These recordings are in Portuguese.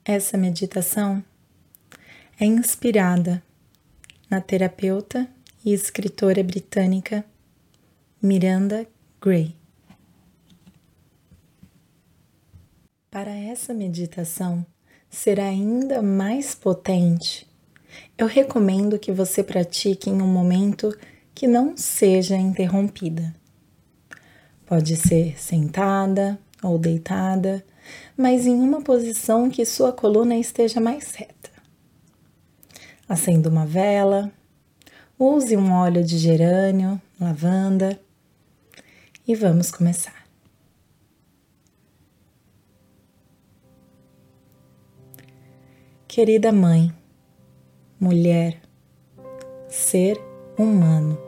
Essa meditação é inspirada na terapeuta e escritora britânica Miranda Gray. Para essa meditação ser ainda mais potente, eu recomendo que você pratique em um momento que não seja interrompida. Pode ser sentada ou deitada, mas em uma posição que sua coluna esteja mais reta. Acenda uma vela, use um óleo de gerânio, lavanda e vamos começar. Querida mãe, mulher, ser humano,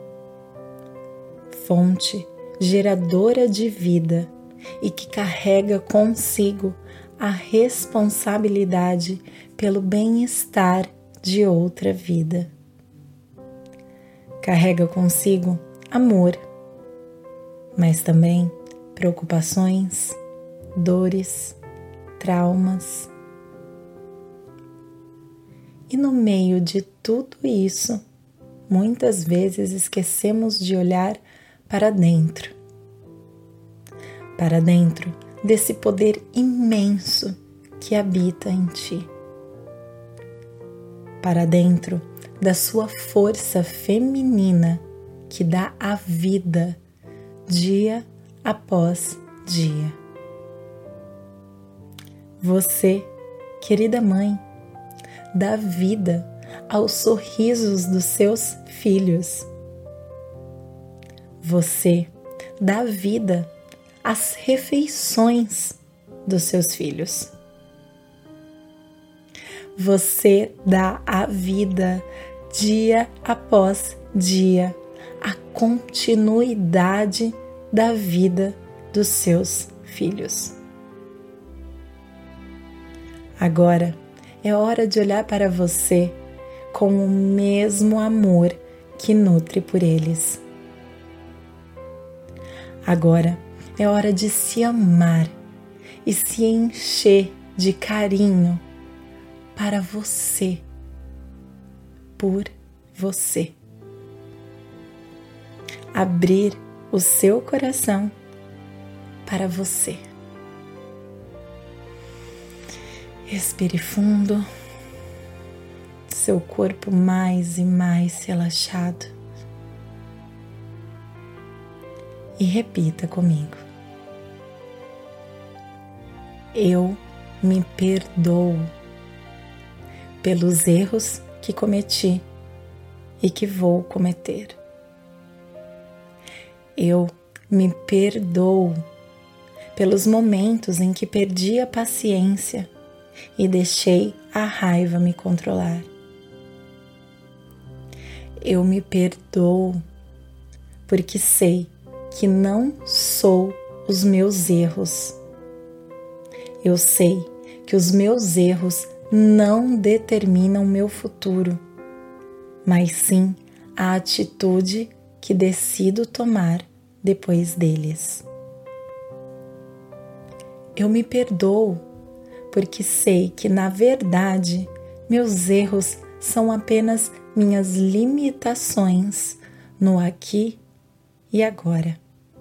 fonte geradora de vida e que carrega consigo a responsabilidade pelo bem-estar de outra vida. Carrega consigo amor, mas também preocupações, dores, traumas. E no meio de tudo isso, muitas vezes esquecemos de olhar para dentro desse poder imenso que habita em ti, para dentro da sua força feminina que dá a vida dia após dia. Você, querida mãe, dá vida aos sorrisos dos seus filhos. Você dá vida às refeições dos seus filhos. Você dá a vida dia após dia, a continuidade da vida dos seus filhos. Agora é hora de olhar para você com o mesmo amor que nutre por eles. Agora é hora de se amar e se encher de carinho para você, por você. Abrir o seu coração para você. Respire fundo, seu corpo mais e mais relaxado. E repita comigo. Eu me perdoo pelos erros que cometi e que vou cometer. Eu me perdoo pelos momentos em que perdi a paciência e deixei a raiva me controlar. Eu me perdoo porque sei que não sou os meus erros. Eu sei que os meus erros não determinam meu futuro, mas sim a atitude que decido tomar depois deles. Eu me perdoo porque sei que, na verdade, meus erros são apenas minhas limitações no aqui e agora.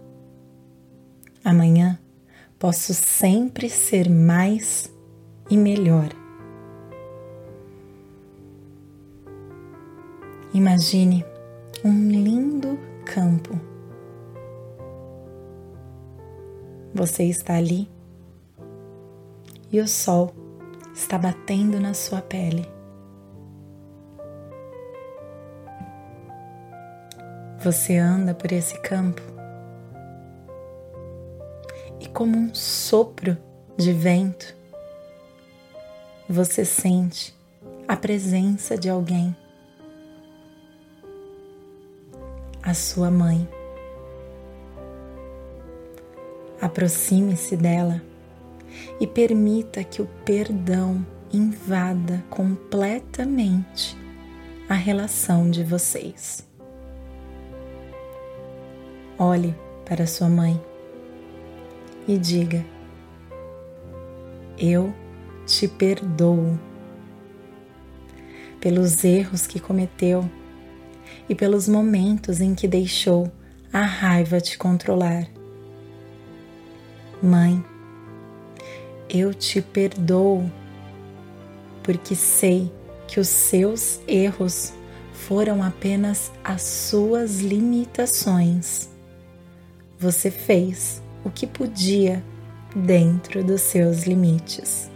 Amanhã posso sempre ser mais e melhor. Imagine um lindo campo. Você está ali e o sol está batendo na sua pele. Você anda por esse campo e, como um sopro de vento, você sente a presença de alguém, a sua mãe. Aproxime-se dela e permita que o perdão invada completamente a relação de vocês. Olhe para sua mãe e diga: eu te perdoo pelos erros que cometeu e pelos momentos em que deixou a raiva te controlar. Mãe, eu te perdoo porque sei que os seus erros foram apenas as suas limitações. Você fez o que podia dentro dos seus limites.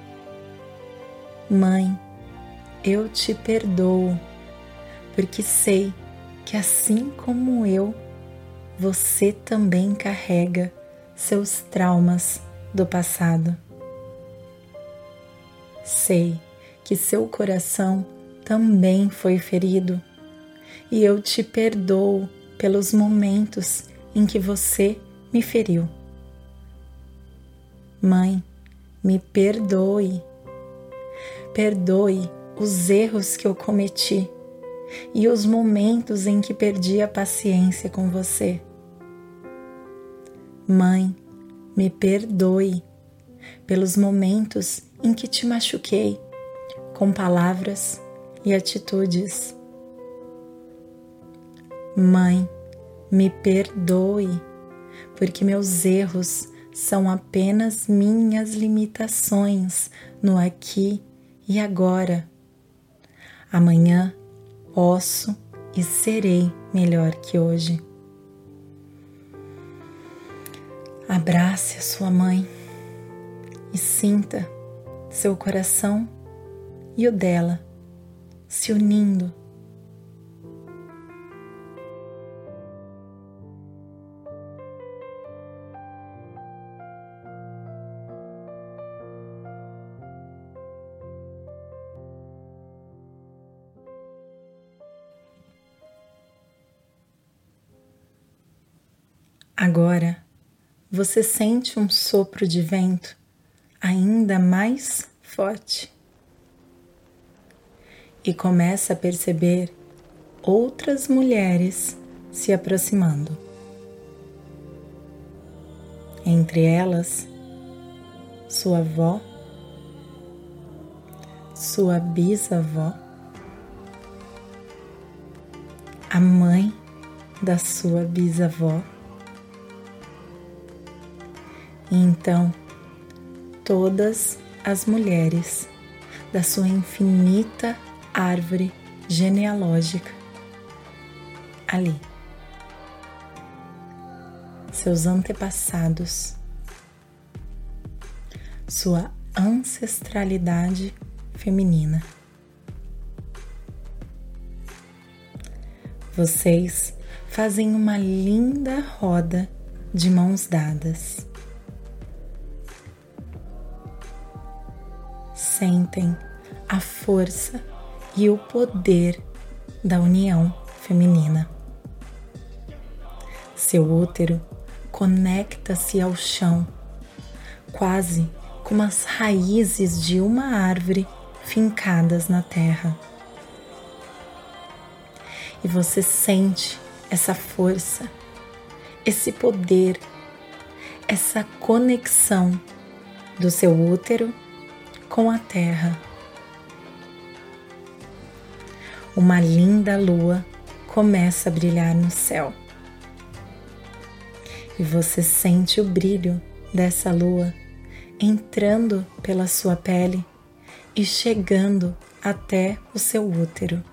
Mãe, eu te perdoo porque sei que assim como eu, você também carrega seus traumas do passado. Sei que seu coração também foi ferido e eu te perdoo pelos momentos em que você me feriu. Mãe, me perdoe. Perdoe os erros que eu cometi e os momentos em que perdi a paciência com você. Mãe, me perdoe pelos momentos em que te machuquei com palavras e atitudes. Mãe, me perdoe, porque meus erros são apenas minhas limitações no aqui e agora. Amanhã posso e serei melhor que hoje. Abrace a sua mãe e sinta seu coração e o dela se unindo. Agora você sente um sopro de vento ainda mais forte e começa a perceber outras mulheres se aproximando. Entre elas, sua avó, sua bisavó, a mãe da sua bisavó. E então, todas as mulheres da sua infinita árvore genealógica ali. Seus antepassados, sua ancestralidade feminina. Vocês fazem uma linda roda de mãos dadas. Sentem a força e o poder da união feminina. Seu útero conecta-se ao chão, quase como as raízes de uma árvore fincadas na terra. E você sente essa força, esse poder, essa conexão do seu útero com a terra. Uma linda lua começa a brilhar no céu. E você sente o brilho dessa lua entrando pela sua pele e chegando até o seu útero.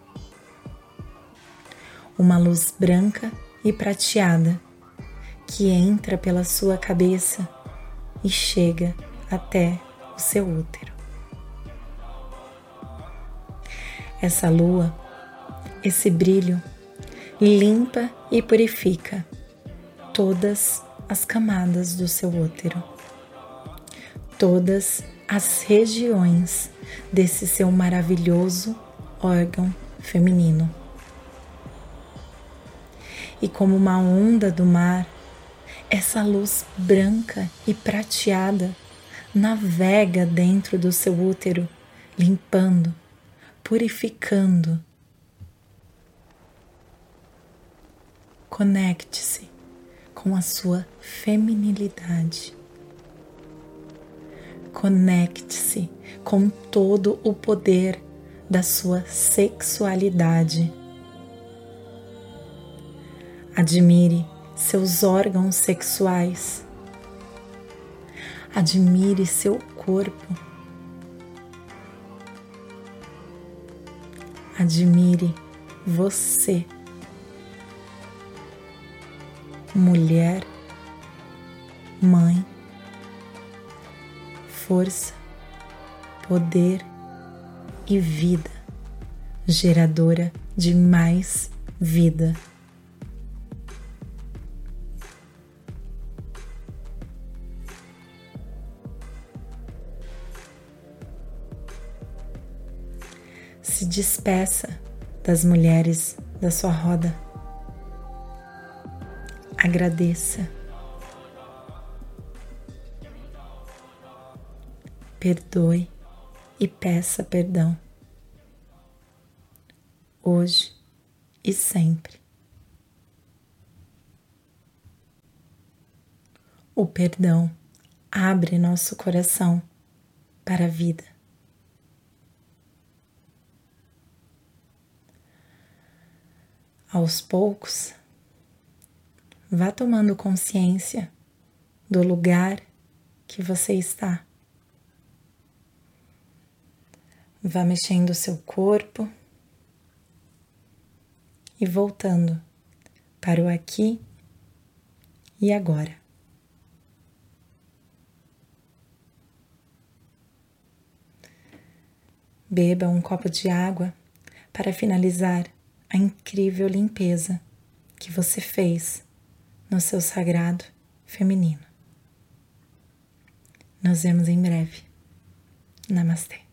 Uma luz branca e prateada que entra pela sua cabeça e chega até o seu útero. Essa lua, esse brilho, limpa e purifica todas as camadas do seu útero, todas as regiões desse seu maravilhoso órgão feminino. E como uma onda do mar, essa luz branca e prateada navega dentro do seu útero, limpando, purificando. Conecte-se com a sua feminilidade. Conecte-se com todo o poder da sua sexualidade. Admire seus órgãos sexuais. Admire seu corpo. Admire você, mulher, mãe, força, poder e vida, geradora de mais vida. Se despeça das mulheres da sua roda. Agradeça. Perdoe e peça perdão. Hoje e sempre. O perdão abre nosso coração para a vida. Aos poucos, vá tomando consciência do lugar que você está. Vá mexendo o seu corpo e voltando para o aqui e agora. Beba um copo de água para finalizar a incrível limpeza que você fez no seu sagrado feminino. Nos vemos em breve. Namastê.